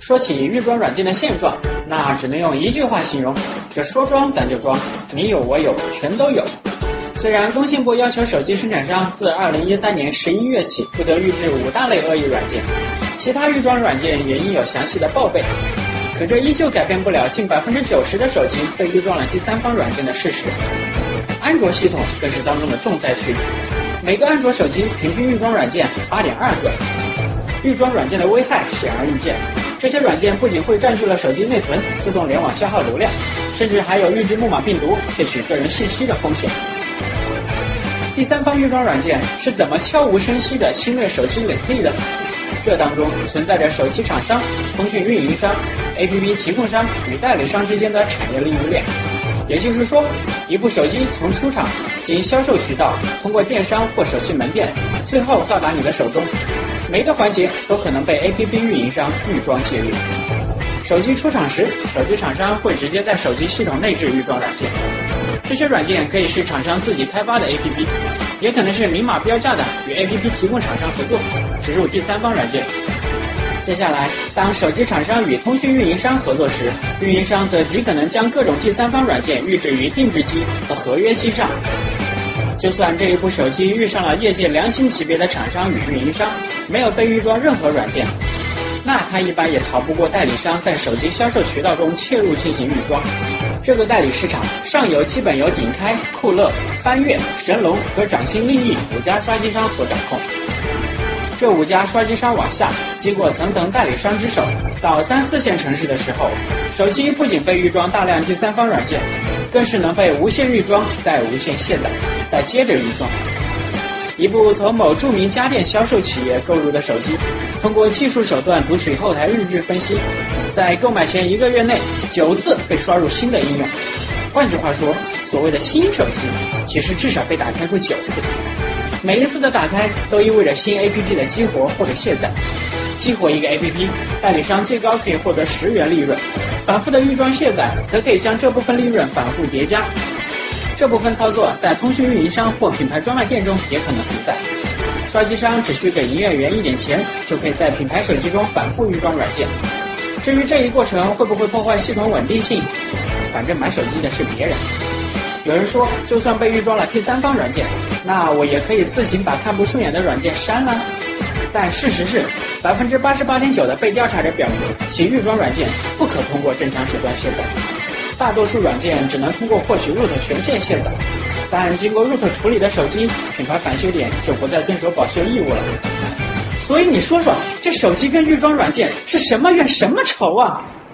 说起预装软件的现状，那只能用一句话形容：这说装咱就装，你有我有，全都有。虽然工信部要求手机生产商自2013年11月起不得预制5大类恶意软件，其他预装软件也应有详细的报备，可这依旧改变不了近90%的手机被预装了第三方软件的事实。安卓系统更是当中的重灾区，每个安卓手机平均预装软件8.2个。预装软件的危害显而易见，这些软件不仅会占据了手机内存，自动联网消耗流量，甚至还有预制木马病毒窃取个人信息的风险。第三方预装软件是怎么悄无声息地侵略手机领地的？这当中存在着手机厂商、通讯运营商、APP 提供商与代理商之间的产业利益链。也就是说，一部手机从出厂经销售渠道，通过电商或手机门店，最后到达你的手中，每个环节都可能被 APP 运营商预装介入。手机出厂时，手机厂商会直接在手机系统内置预装软件，这些软件可以是厂商自己开发的 APP， 也可能是明码标价的与 APP 提供厂商合作，植入第三方软件。接下来，当手机厂商与通讯运营商合作时，运营商则极可能将各种第三方软件预置于定制机和合约机上。就算这一部手机遇上了业界良心级别的厂商与运营商，没有被预装任何软件，那它一般也逃不过代理商在手机销售渠道中切入进行预装。这个代理市场上游基本由顶开、酷乐、翻越、神龙和掌心、利益5家刷机商所掌控。这5家刷机商往下，经过层层代理商之手，到3、4线城市的时候，手机不仅被预装大量第三方软件，更是能被无限预装，再无限卸载，再接着预装。一部从某著名家电销售企业购入的手机，通过技术手段读取后台日志分析，在购买前1个月内9次被刷入新的应用。换句话说，所谓的新手机其实至少被打开过9次，每一次的打开都意味着新 APP 的激活或者卸载。激活一个 APP， 代理商最高可以获得10元利润，反复的预装卸载则可以将这部分利润反复叠加。这部分操作在通讯运营商或品牌专卖店中也可能存在，刷机商只需给营业员一点钱，就可以在品牌手机中反复预装软件。至于这一过程会不会破坏系统稳定性，反正买手机的是别人。有人说，就算被预装了第三方软件，那我也可以自行把看不顺眼的软件删了。但事实是 88.9% 的被调查者表明，其预装软件不可通过正常手段卸载，大多数软件只能通过获取 root 权限卸载，但经过 root 处理的手机，品牌返修点就不再遵守保修义务了。所以你说说，这手机跟预装软件是什么冤什么仇啊？